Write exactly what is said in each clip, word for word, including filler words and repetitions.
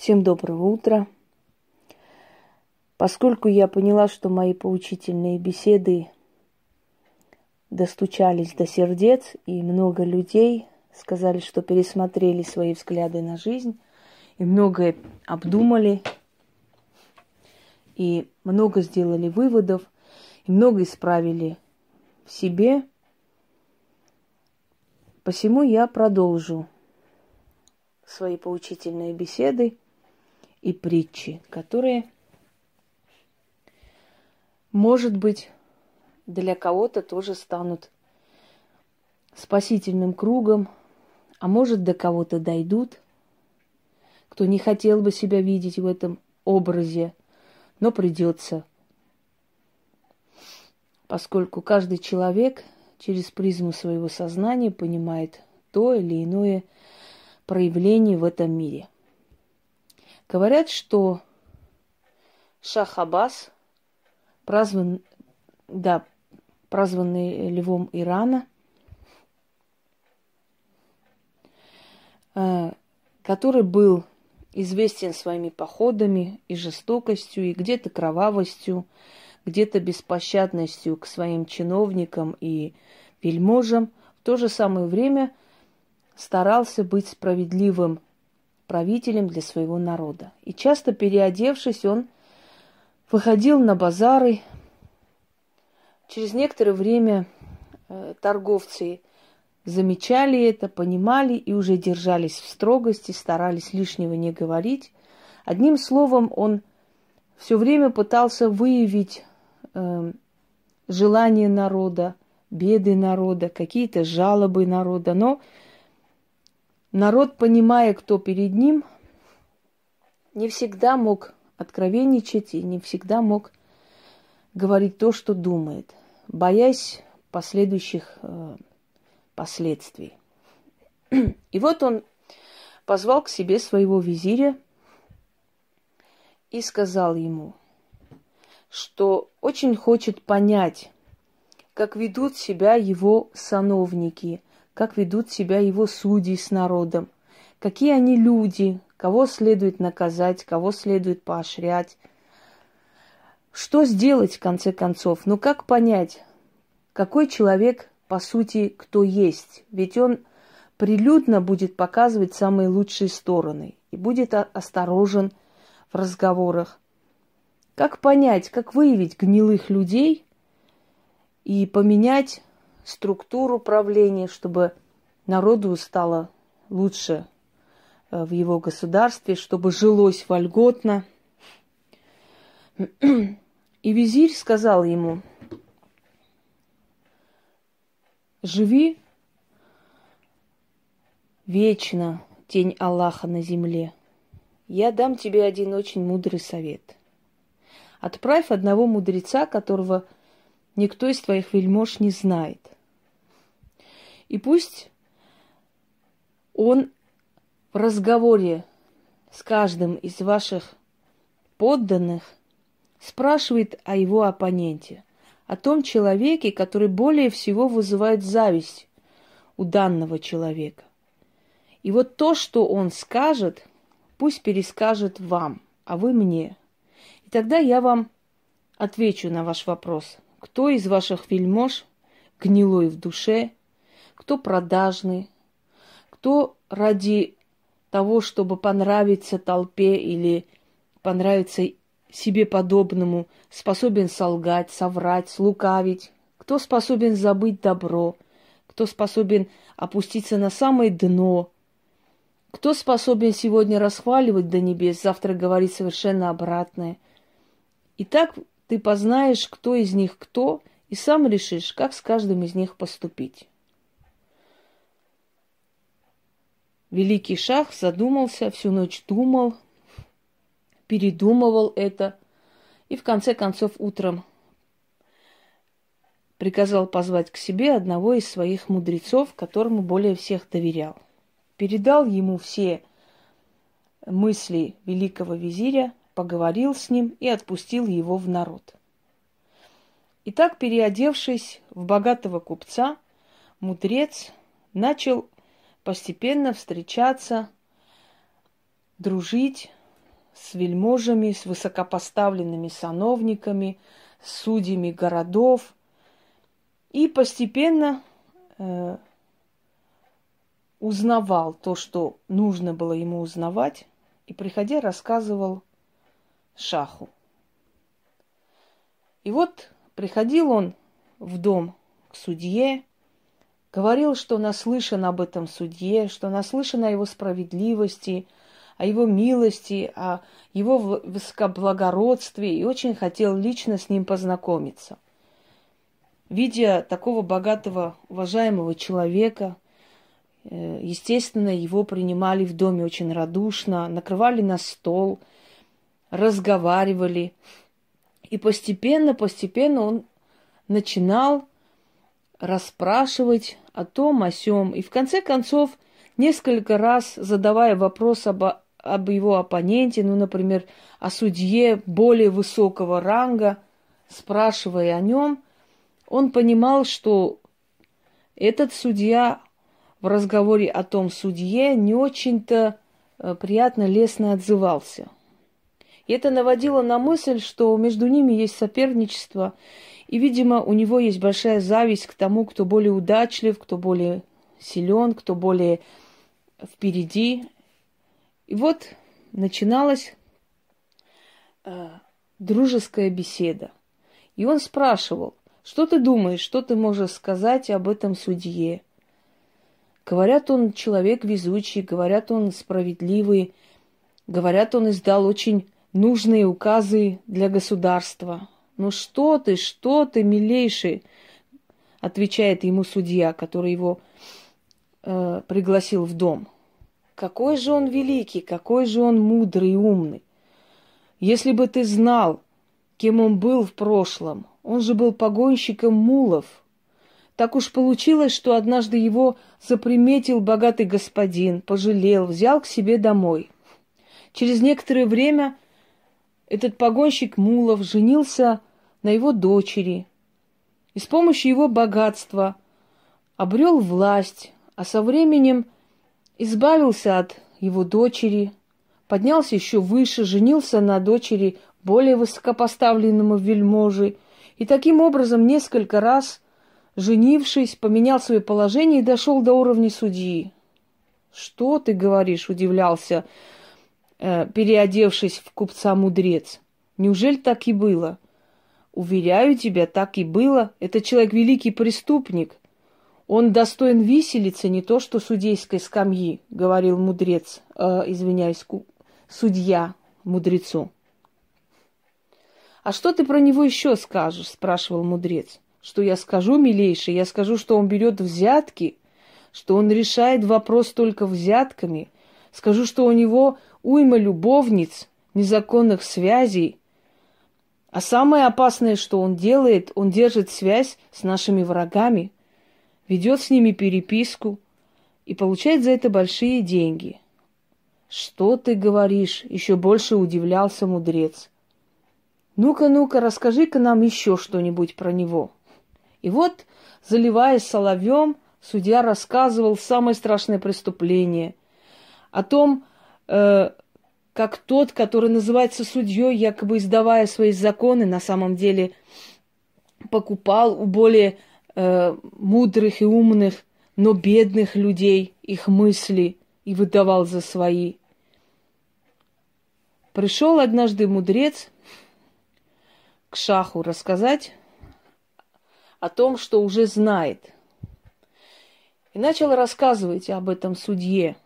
Всем доброго утра. Поскольку я поняла, что мои поучительные беседы достучались до сердец, и много людей сказали, что пересмотрели свои взгляды на жизнь, и многое обдумали, и много сделали выводов, и много исправили в себе, посему я продолжу свои поучительные беседы и притчи, которые, может быть, для кого-то тоже станут спасительным кругом, а может, до кого-то дойдут, кто не хотел бы себя видеть в этом образе, но придется, поскольку каждый человек через призму своего сознания понимает то или иное проявление в этом мире. Говорят, что Шах Аббас, прозван, да, прозванный львом Ирана, который был известен своими походами и жестокостью, и где-то кровавостью, где-то беспощадностью к своим чиновникам и вельможам, в то же самое время старался быть справедливым правителем для своего народа. И часто переодевшись, он выходил на базары. Через некоторое время э, торговцы замечали это, понимали и уже держались в строгости, старались лишнего не говорить. Одним словом, он все время пытался выявить э, желания народа, беды народа, какие-то жалобы народа, но народ, понимая, кто перед ним, не всегда мог откровенничать и не всегда мог говорить то, что думает, боясь последующих э, последствий. И вот он позвал к себе своего визиря и сказал ему, что очень хочет понять, как ведут себя его сановники, как ведут себя его судьи с народом, какие они люди, кого следует наказать, кого следует поощрять. Что сделать, в конце концов? Ну, как понять, какой человек, по сути, кто есть? Ведь он прилюдно будет показывать самые лучшие стороны и будет осторожен в разговорах. Как понять, как выявить гнилых людей и поменять структуру правления, чтобы народу стало лучше в его государстве, чтобы жилось вольготно. И визирь сказал ему: живи вечно, тень Аллаха на земле. Я дам тебе один очень мудрый совет. Отправь одного мудреца, которого никто из твоих вельмож не знает. И пусть он в разговоре с каждым из ваших подданных спрашивает о его оппоненте, о том человеке, который более всего вызывает зависть у данного человека. И вот то, что он скажет, пусть перескажет вам, а вы мне. И тогда я вам отвечу на ваш вопрос. Кто из ваших вельмож гнилой в душе, кто продажный, кто ради того, чтобы понравиться толпе или понравиться себе подобному, способен солгать, соврать, слукавить, кто способен забыть добро, кто способен опуститься на самое дно, кто способен сегодня расхваливать до небес, завтра говорить совершенно обратное. И так ты познаешь, кто из них кто, и сам решишь, как с каждым из них поступить. Великий шах задумался, всю ночь думал, передумывал это, и в конце концов утром приказал позвать к себе одного из своих мудрецов, которому более всех доверял. Передал ему все мысли великого визиря, поговорил с ним и отпустил его в народ. Итак, переодевшись в богатого купца, мудрец начал постепенно встречаться, дружить с вельможами, с высокопоставленными сановниками, с судьями городов. И постепенно э, узнавал то, что нужно было ему узнавать, и, приходя, рассказывал шаху. И вот приходил он в дом к судье, говорил, что наслышан об этом судье, что наслышан о его справедливости, о его милости, о его высокоблагородстве, и очень хотел лично с ним познакомиться. Видя такого богатого, уважаемого человека, естественно, его принимали в доме очень радушно, накрывали на стол, разговаривали. И постепенно, постепенно он начинал расспрашивать о том, о сём. И в конце концов, несколько раз задавая вопрос об, об его оппоненте, ну, например, о судье более высокого ранга, спрашивая о нем, он понимал, что этот судья в разговоре о том судье не очень-то приятно, лестно отзывался. И это наводило на мысль, что между ними есть соперничество, и, видимо, у него есть большая зависть к тому, кто более удачлив, кто более силен, кто более впереди. И вот начиналась э, дружеская беседа. И он спрашивал: что ты думаешь, что ты можешь сказать об этом судье? Говорят, он человек везучий, говорят, он справедливый, говорят, он издал очень нужные указы для государства. Ну что ты, что ты, милейший, отвечает ему судья, который его э, пригласил в дом. Какой же он великий, какой же он мудрый и умный. Если бы ты знал, кем он был в прошлом, он же был погонщиком мулов. Так уж получилось, что однажды его заприметил богатый господин, пожалел, взял к себе домой. Через некоторое время этот погонщик мулов женился на его дочери и с помощью его богатства обрел власть, а со временем избавился от его дочери, поднялся еще выше, женился на дочери более высокопоставленному вельможи и таким образом несколько раз, женившись, поменял свое положение и дошел до уровня судьи. «Что ты говоришь?» – удивлялся, э, переодевшись в купца-мудрец. «Неужели так и было?» «Уверяю тебя, так и было. Это человек великий преступник. Он достоин виселицы, не то что судейской скамьи», – говорил мудрец, э, извиняюсь, судья мудрецу. «А что ты про него еще скажешь?» – спрашивал мудрец. «Что я скажу, милейший? Я скажу, что он берет взятки, что он решает вопрос только взятками. Скажу, что у него уйма любовниц, незаконных связей. А самое опасное, что он делает, он держит связь с нашими врагами, ведет с ними переписку и получает за это большие деньги». «Что ты говоришь?» – еще больше удивлялся мудрец. «Ну-ка, ну-ка, расскажи-ка нам еще что-нибудь про него». И вот, заливаясь соловьем, судья рассказывал самое страшное преступление. О том, э, как тот, который называется судьей, якобы издавая свои законы, на самом деле покупал у более э, мудрых и умных, но бедных людей их мысли и выдавал за свои. Пришел однажды мудрец к шаху рассказать о том, что уже знает. И начал рассказывать об этом судье.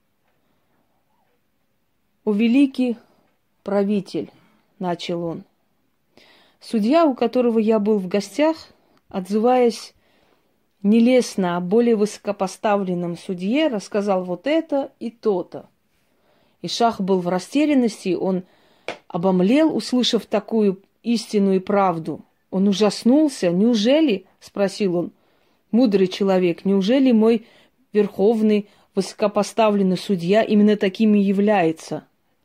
«О великий правитель», — начал он, — «судья, у которого я был в гостях, отзываясь нелестно о более высокопоставленном судье, рассказал вот это и то-то». И шах был в растерянности, он обомлел, услышав такую истину и правду. Он ужаснулся. «Неужели, — спросил он, — мудрый человек, неужели мой верховный высокопоставленный судья именно таким и является?»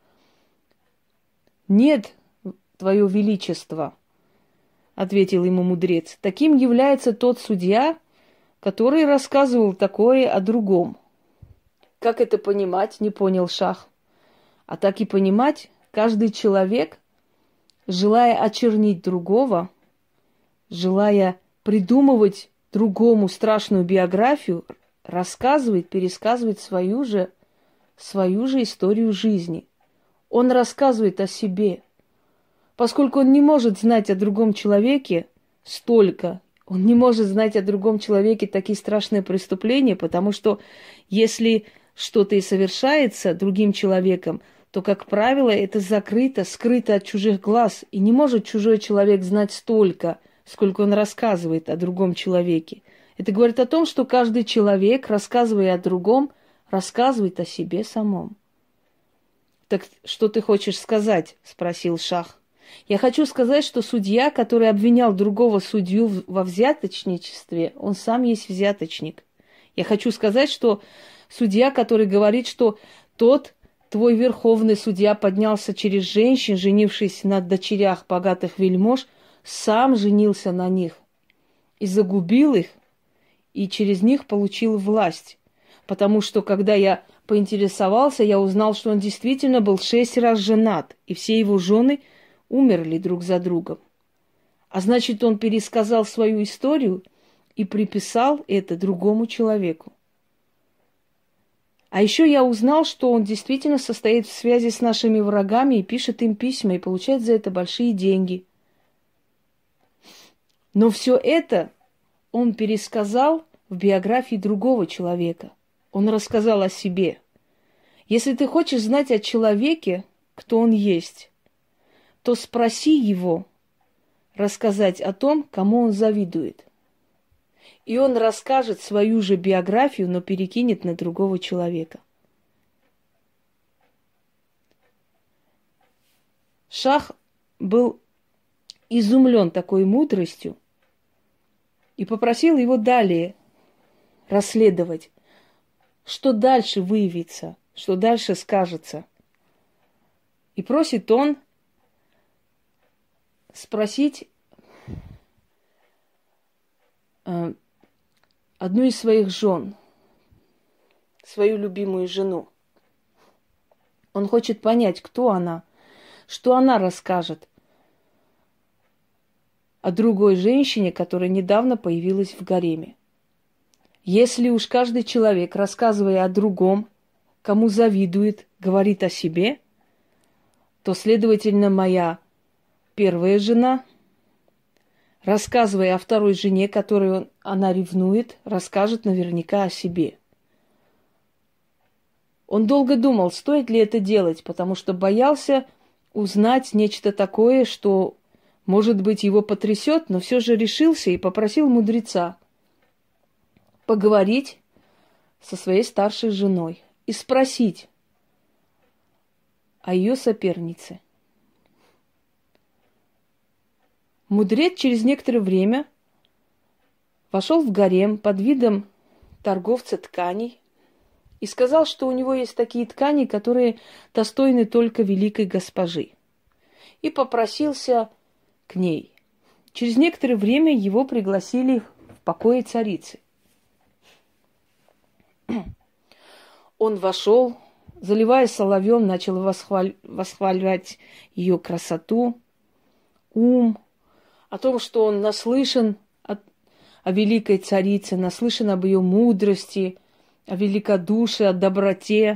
«Нет, твое величество, — ответил ему мудрец, — таким является тот судья, который рассказывал такое о другом». «Как это понимать?» — не понял шах. «А так и понимать, каждый человек, желая очернить другого, желая придумывать другому страшную биографию, рассказывает, пересказывает свою же, свою же историю жизни. Он рассказывает о себе. Поскольку он не может знать о другом человеке столько, он не может знать о другом человеке такие страшные преступления, потому что если что-то и совершается другим человеком, то, как правило, это закрыто, скрыто от чужих глаз. И не может чужой человек знать столько, сколько он рассказывает о другом человеке. Это говорит о том, что каждый человек, рассказывая о другом, рассказывает о себе самом. «Так что ты хочешь сказать?» – спросил шах. «Я хочу сказать, что судья, который обвинял другого судью во взяточничестве, он сам есть взяточник. Я хочу сказать, что судья, который говорит, что тот, твой верховный судья, поднялся через женщин, женившись на дочерях богатых вельмож, сам женился на них и загубил их, и через них получил власть. Потому что, когда я поинтересовался, я узнал, что он действительно был шесть раз женат, и все его жены умерли друг за другом. А значит, он пересказал свою историю и приписал это другому человеку. А еще я узнал, что он действительно состоит в связи с нашими врагами и пишет им письма, и получает за это большие деньги. Но все это он пересказал в биографии другого человека. Он рассказал о себе. Если ты хочешь знать о человеке, кто он есть, то спроси его рассказать о том, кому он завидует. И он расскажет свою же биографию, но перекинет на другого человека. Шах был изумлен такой мудростью и попросил его далее расследовать, что дальше выявится, что дальше скажется. И просит он спросить э, одну из своих жен, свою любимую жену. Он хочет понять, кто она, что она расскажет о другой женщине, которая недавно появилась в гареме. Если уж каждый человек, рассказывая о другом, кому завидует, говорит о себе, то, следовательно, моя первая жена, рассказывая о второй жене, которую она ревнует, расскажет наверняка о себе. Он долго думал, стоит ли это делать, потому что боялся узнать нечто такое, что, может быть, его потрясет, но все же решился и попросил мудреца поговорить со своей старшей женой и спросить о ее сопернице. Мудрец через некоторое время вошел в гарем под видом торговца тканей и сказал, что у него есть такие ткани, которые достойны только великой госпожи, и попросился к ней. Через некоторое время его пригласили в покое царицы. Он вошел, заливаясь соловьем, начал восхваль... восхвалять ее красоту, ум, о том, что он наслышан от... о великой царице, наслышан об ее мудрости, о великодушии, о доброте.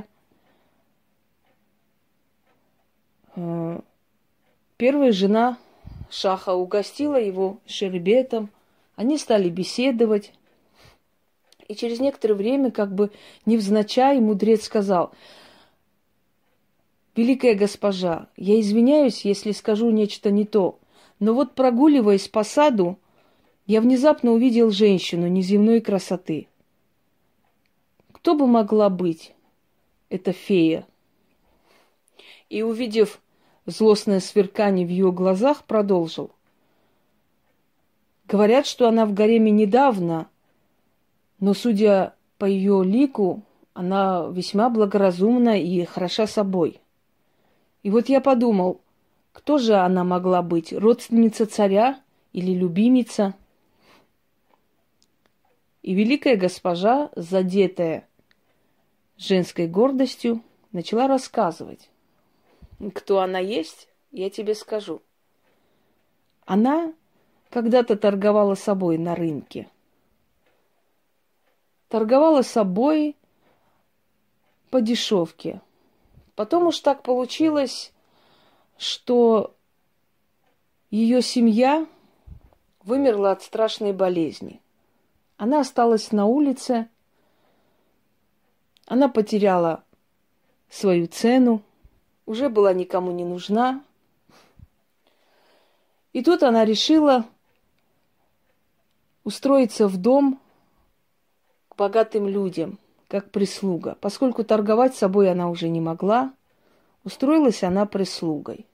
Первая жена шаха угостила его шербетом, они стали беседовать. И через некоторое время, как бы невзначай, мудрец сказал: «Великая госпожа, я извиняюсь, если скажу нечто не то, но вот, прогуливаясь по саду, я внезапно увидел женщину неземной красоты. Кто бы могла быть эта фея?» И, увидев злостное сверкание в ее глазах, продолжил: «Говорят, что она в гареме недавно, но, судя по ее лику, она весьма благоразумна и хороша собой. И вот я подумал, кто же она могла быть, родственница царя или любимица?» И великая госпожа, задетая женской гордостью, начала рассказывать. кто она есть, я тебе скажу. Она когда-то торговала собой на рынке. Торговала собой по дешевке. Потом уж так получилось, что ее семья вымерла от страшной болезни. Она осталась на улице, она потеряла свою цену, уже была никому не нужна. И тут она решила устроиться в дом к богатым людям, как прислуга. Поскольку торговать собой она уже не могла, устроилась она прислугой.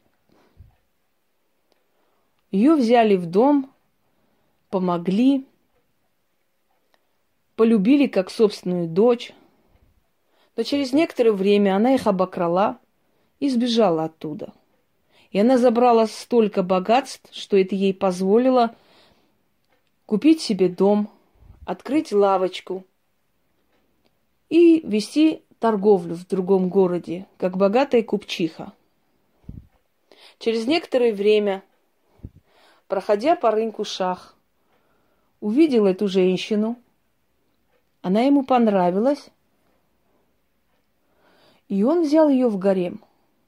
Ее взяли в дом, помогли, полюбили как собственную дочь. Но через некоторое время она их обокрала и сбежала оттуда. И она забрала столько богатств, что это ей позволило купить себе дом, открыть лавочку и вести торговлю в другом городе, как богатая купчиха. Через некоторое время, проходя по рынку Шах, увидел эту женщину, она ему понравилась, и он взял ее в гарем.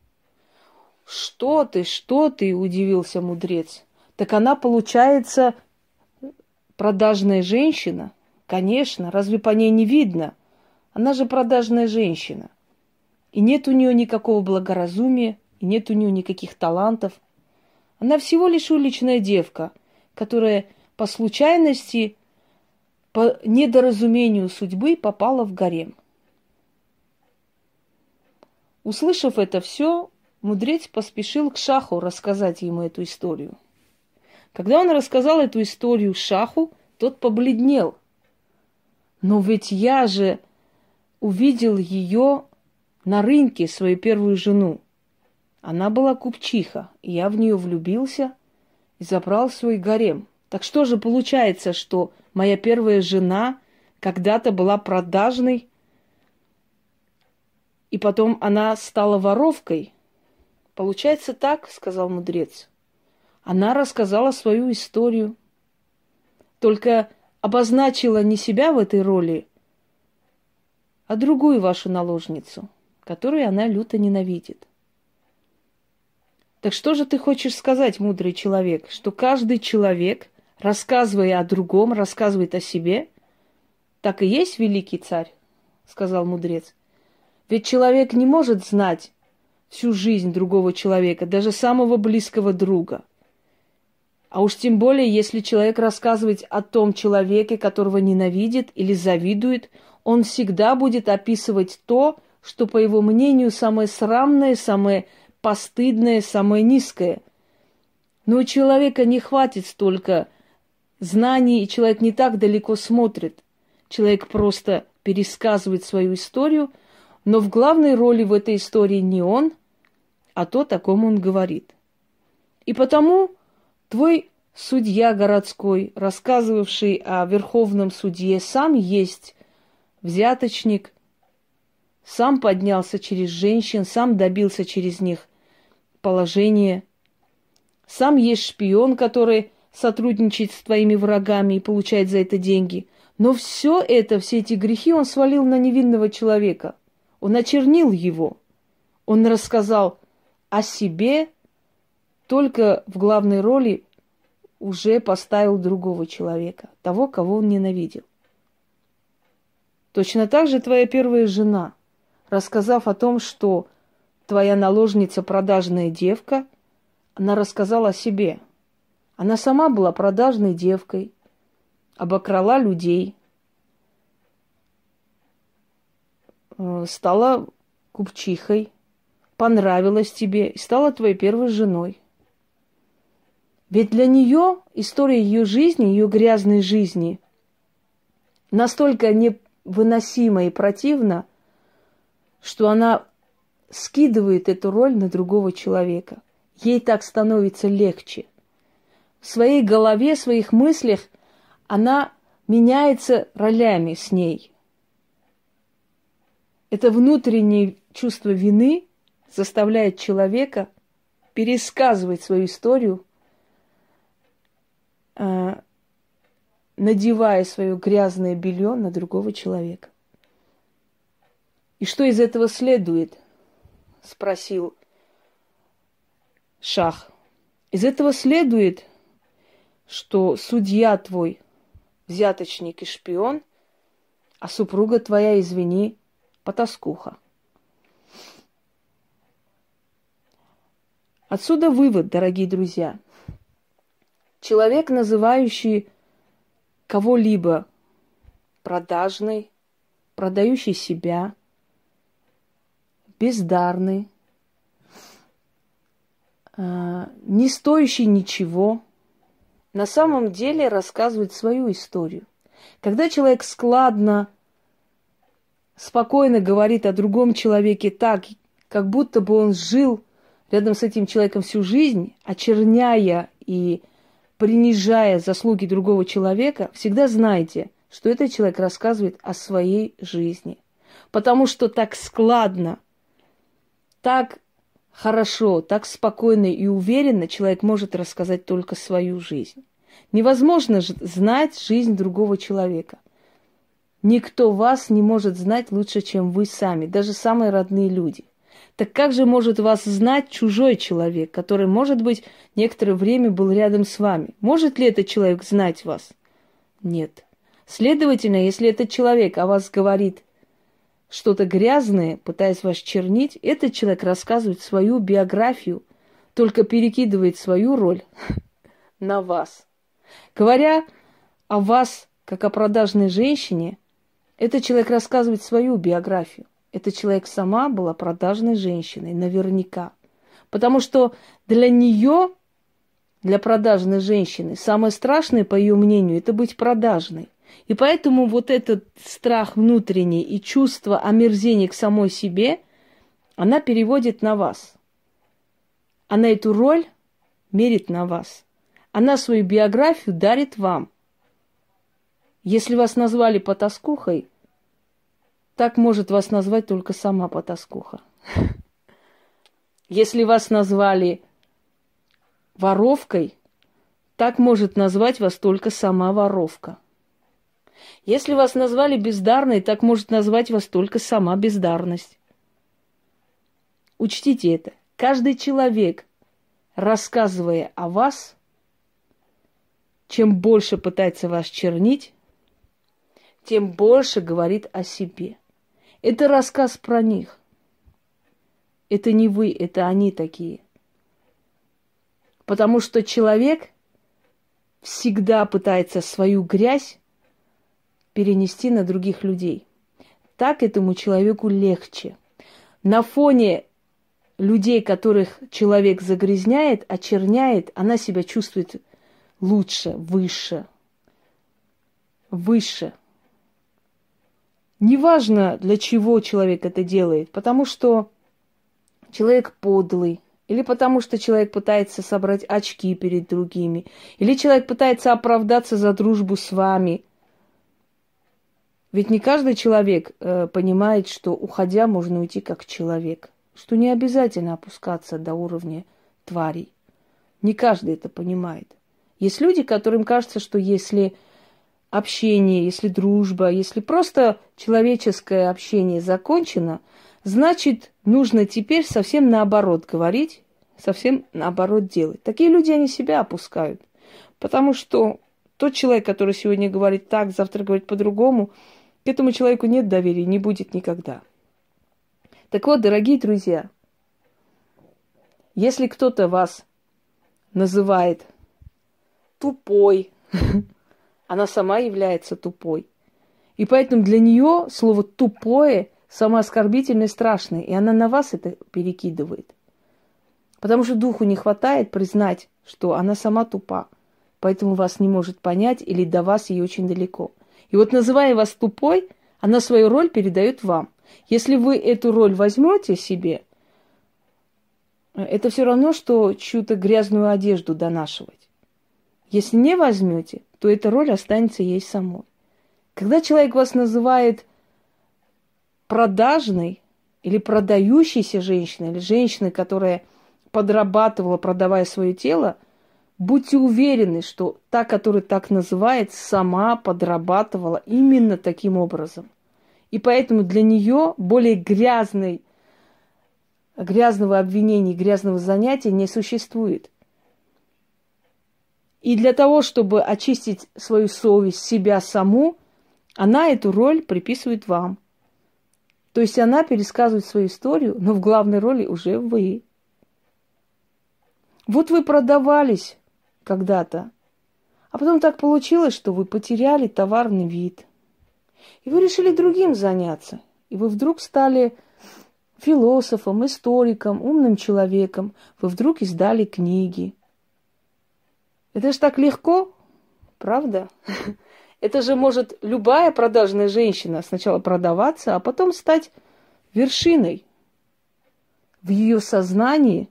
«Что ты, что ты?» – удивился мудрец. «Так она, получается, продажная женщина?» «Конечно, разве по ней не видно? Она же продажная женщина. И нет у нее никакого благоразумия, и нет у нее никаких талантов. Она всего лишь уличная девка, которая по случайности, по недоразумению судьбы попала в гарем». Услышав это все, мудрец поспешил к Шаху рассказать ему эту историю. Когда он рассказал эту историю Шаху, тот побледнел. «Но ведь я же увидел ее на рынке, свою первую жену. Она была купчиха, и я в нее влюбился и забрал свой гарем. Так что же получается, что моя первая жена когда-то была продажной, и потом она стала воровкой?» «Получается так», — сказал мудрец. «Она рассказала свою историю, только обозначила не себя в этой роли, а другую вашу наложницу, которую она люто ненавидит». Так что же ты хочешь сказать, мудрый человек, что каждый человек, рассказывая о другом, рассказывает о себе? Так и есть великий царь, сказал мудрец. Ведь человек не может знать всю жизнь другого человека, даже самого близкого друга. А уж тем более, если человек рассказывает о том человеке, которого ненавидит или завидует, он всегда будет описывать то, что, по его мнению, самое срамное, самое постыдное, самое низкое. Но у человека не хватит столько знаний, и человек не так далеко смотрит. Человек просто пересказывает свою историю, но в главной роли в этой истории не он, а то, о ком он говорит. И потому твой судья городской, рассказывавший о верховном судье, сам есть взяточник, сам поднялся через женщин, сам добился через них положения, сам есть шпион, который сотрудничает с твоими врагами и получает за это деньги. Но все это, все эти грехи он свалил на невинного человека. Он очернил его. Он рассказал о себе, только в главной роли уже поставил другого человека, того, кого он ненавидел. Точно так же твоя первая жена, рассказав о том, что твоя наложница продажная девка, она рассказала о себе. Она сама была продажной девкой, обокрала людей, стала купчихой, понравилась тебе и стала твоей первой женой. Ведь для нее история ее жизни, ее грязной жизни настолько невыносима и противна, что она скидывает эту роль на другого человека. Ей так становится легче. В своей голове, в своих мыслях она меняется ролями с ней. Это внутреннее чувство вины заставляет человека пересказывать свою историю, э, надевая свое грязное белье на другого человека. И что из этого следует? Спросил Шах. Из этого следует, что судья твой взяточник и шпион, а супруга твоя, извини, потаскуха. Отсюда вывод, дорогие друзья. Человек, называющий кого-либо продажной, продающий себя, бездарный, э, не стоящий ничего, на самом деле рассказывает свою историю. Когда человек складно, спокойно говорит о другом человеке так, как будто бы он жил рядом с этим человеком всю жизнь, очерняя и принижая заслуги другого человека, всегда знайте, что этот человек рассказывает о своей жизни. Потому что так складно, так хорошо, так спокойно и уверенно человек может рассказать только свою жизнь. Невозможно знать жизнь другого человека. Никто вас не может знать лучше, чем вы сами, даже самые родные люди. Так как же может вас знать чужой человек, который, может быть, некоторое время был рядом с вами? Может ли этот человек знать вас? Нет. Следовательно, если этот человек о вас говорит что-то грязное, пытаясь вас чернить, этот человек рассказывает свою биографию, только перекидывает свою роль на вас. Говоря о вас, как о продажной женщине, этот человек рассказывает свою биографию. Этот человек сама была продажной женщиной, наверняка. Потому что для нее, для продажной женщины, самое страшное, по ее мнению, это быть продажной. И поэтому вот этот страх внутренний и чувство омерзения к самой себе, она переводит на вас. Она эту роль мерит на вас. Она свою биографию дарит вам. Если вас назвали потаскухой, так может вас назвать только сама потаскуха. Если вас назвали воровкой, так может назвать вас только сама воровка. Если вас назвали бездарной, так может назвать вас только сама бездарность. Учтите это. Каждый человек, рассказывая о вас, чем больше пытается вас чернить, тем больше говорит о себе. Это рассказ про них. Это не вы, это они такие. Потому что человек всегда пытается свою грязь перенести на других людей. Так этому человеку легче. На фоне людей, которых человек загрязняет, очерняет, она себя чувствует лучше, выше. Выше. Неважно, для чего человек это делает, потому что человек подлый, или потому что человек пытается собрать очки перед другими, или человек пытается оправдаться за дружбу с вами. Ведь не каждый человек э, понимает, что, уходя, можно уйти как человек, что не обязательно опускаться до уровня тварей. Не каждый это понимает. Есть люди, которым кажется, что если общение, если дружба, если просто человеческое общение закончено, значит, нужно теперь совсем наоборот говорить, совсем наоборот делать. Такие люди, они себя опускают. Потому что тот человек, который сегодня говорит так, завтра говорит по-другому, к этому человеку нет доверия, не будет никогда. Так вот, дорогие друзья, если кто-то вас называет тупой, она сама является тупой. И поэтому для нее слово «тупое» самое оскорбительное и страшное, и она на вас это перекидывает. Потому что духу не хватает признать, что она сама тупа, поэтому вас не может понять или до вас ей очень далеко. И вот, называя вас тупой, она свою роль передает вам. Если вы эту роль возьмете себе, это все равно, что чью-то грязную одежду донашивать. Если не возьмете, то эта роль останется ей самой. Когда человек вас называет продажной, или продающейся женщины, или женщины, которая подрабатывала, продавая свое тело, будьте уверены, что та, которая так называет, сама подрабатывала именно таким образом. И поэтому для нее более грязной, грязного обвинения, грязного занятия не существует. И для того, чтобы очистить свою совесть, себя саму, она эту роль приписывает вам. То есть она пересказывает свою историю, но в главной роли уже вы. Вот вы продавались когда-то, а потом так получилось, что вы потеряли товарный вид. И вы решили другим заняться. И вы вдруг стали философом, историком, умным человеком. Вы вдруг издали книги. Это же так легко, правда? Это же может любая продажная женщина сначала продаваться, а потом стать вершиной. В ее сознании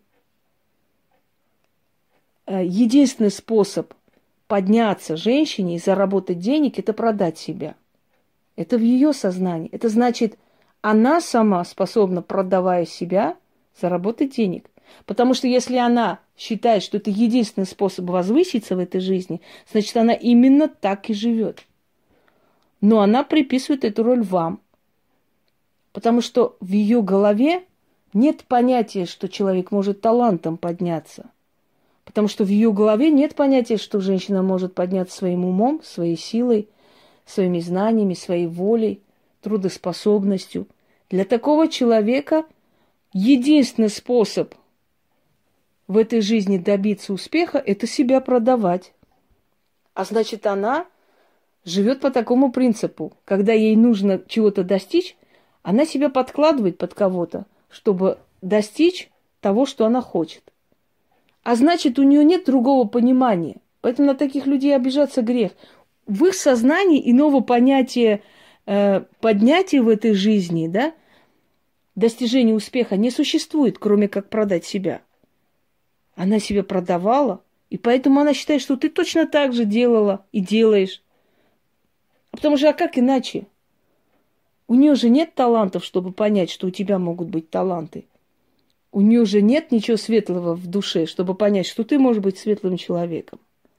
единственный способ подняться женщине и заработать денег – это продать себя. Это в ее сознании. Это значит, она сама способна, продавая себя, заработать денег. Потому что если она считает, что это единственный способ возвыситься в этой жизни, значит, она именно так и живет. Но она приписывает эту роль вам. Потому что в ее голове нет понятия, что человек может талантом подняться. Потому что в ее голове нет понятия, что женщина может подняться своим умом, своей силой, своими знаниями, своей волей, трудоспособностью. Для такого человека единственный способ в этой жизни добиться успеха – это себя продавать. А значит, она живет по такому принципу. Когда ей нужно чего-то достичь, она себя подкладывает под кого-то, чтобы достичь того, что она хочет. А значит, у нее нет другого понимания. Поэтому на таких людей обижаться грех. В их сознании иного понятия э, поднятия в этой жизни, да, достижения успеха не существует, кроме как продать себя. Она себя продавала, и поэтому она считает, что ты точно так же делала и делаешь. Потому что, а как иначе? У нее же нет талантов, чтобы понять, что у тебя могут быть таланты. У нее же нет ничего светлого в душе, чтобы понять, что ты можешь быть светлым человеком.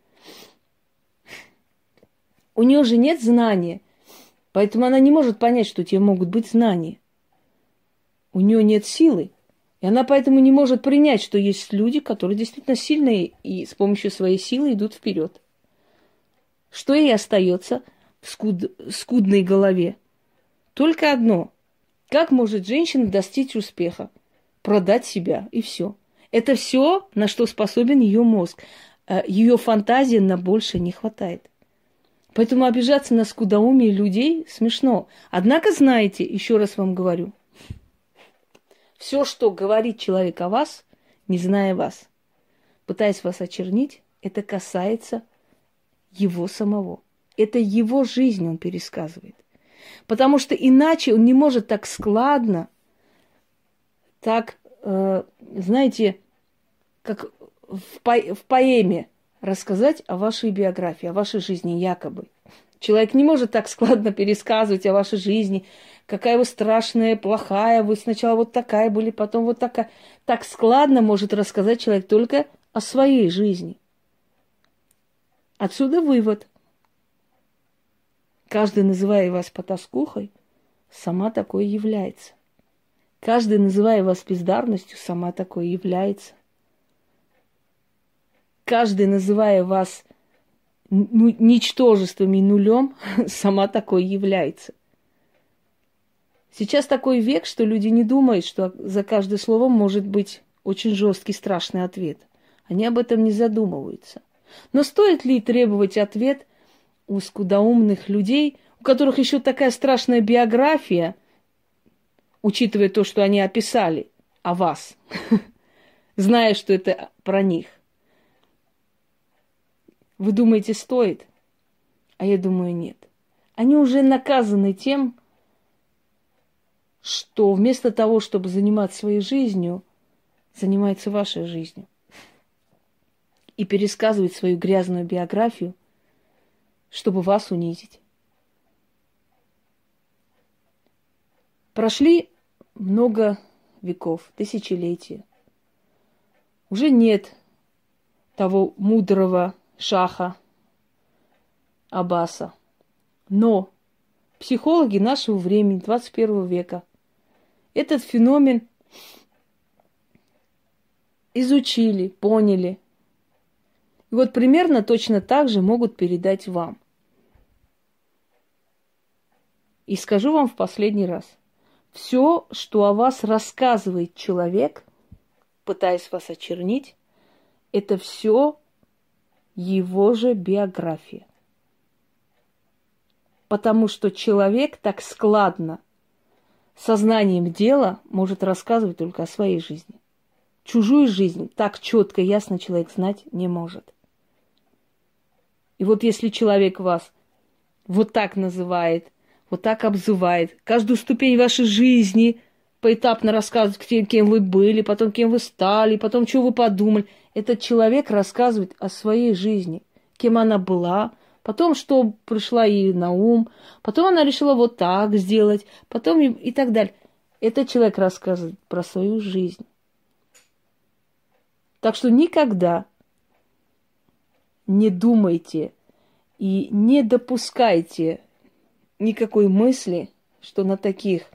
У нее же нет знания, поэтому она не может понять, что у тебя могут быть знания. У нее нет силы, и она поэтому не может принять, что есть люди, которые действительно сильные и с помощью своей силы идут вперед. Что ей остается в скуд... скудной голове? Только одно. Как может женщина достичь успеха? Продать себя, и все. Это все, на что способен ее мозг. Ее фантазии на больше не хватает. Поэтому обижаться на скудоумие людей смешно. Однако, знаете, еще раз вам говорю, все, что говорит человек о вас, не зная вас, пытаясь вас очернить, это касается его самого. Это его жизнь он пересказывает. Потому что иначе он не может так складно, так, э, знаете, как в, по- в поэме рассказать о вашей биографии, о вашей жизни якобы. Человек не может так складно пересказывать о вашей жизни, какая вы страшная, плохая, вы сначала вот такая были, потом вот такая. Так складно может рассказать человек только о своей жизни. Отсюда вывод. Каждый, называя вас потаскухой, сама такой является. Каждый, называя вас бездарностью, сама такой является. Каждый, называя вас ну, ничтожеством и нулем, сама такой является. Сейчас такой век, что люди не думают, что за каждым словом может быть очень жесткий, страшный ответ. Они об этом не задумываются. Но стоит ли требовать ответ у скудоумных людей, у которых еще такая страшная биография, учитывая то, что они описали о вас, зная, что это про них? Вы думаете, стоит? А я думаю, нет. Они уже наказаны тем, что вместо того, чтобы заниматься своей жизнью, занимается вашей жизнью. И пересказывает свою грязную биографию, чтобы вас унизить. Прошли много веков, тысячелетия. Уже нет того мудрого шаха Аббаса. Но психологи нашего времени, двадцать первого века, этот феномен изучили, поняли. И вот примерно точно так же могут передать вам. И скажу вам в последний раз. Все, что о вас рассказывает человек, пытаясь вас очернить, это все его же биография. Потому что человек так складно, сознанием дела, может рассказывать только о своей жизни. Чужую жизнь так четко, ясно человек знать не может. И вот если человек вас вот так называет, вот так обзывает, каждую ступень вашей жизни поэтапно рассказывает, кем, кем вы были, потом кем вы стали, потом что вы подумали, этот человек рассказывает о своей жизни, кем она была, потом что пришло ей на ум, потом она решила вот так сделать, потом и, и так далее. Этот человек рассказывает про свою жизнь. Так что никогда не думайте и не допускайте никакой мысли, что на таких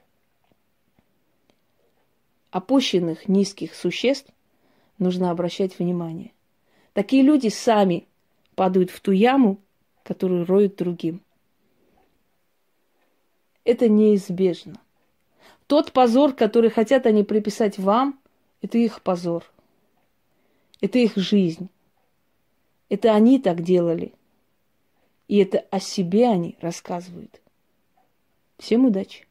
опущенных, низких существ нужно обращать внимание. Такие люди сами падают в ту яму, которую роют другим. Это неизбежно. Тот позор, который хотят они приписать вам, это их позор. Это их жизнь. Это они так делали. И это о себе они рассказывают. Всем удачи!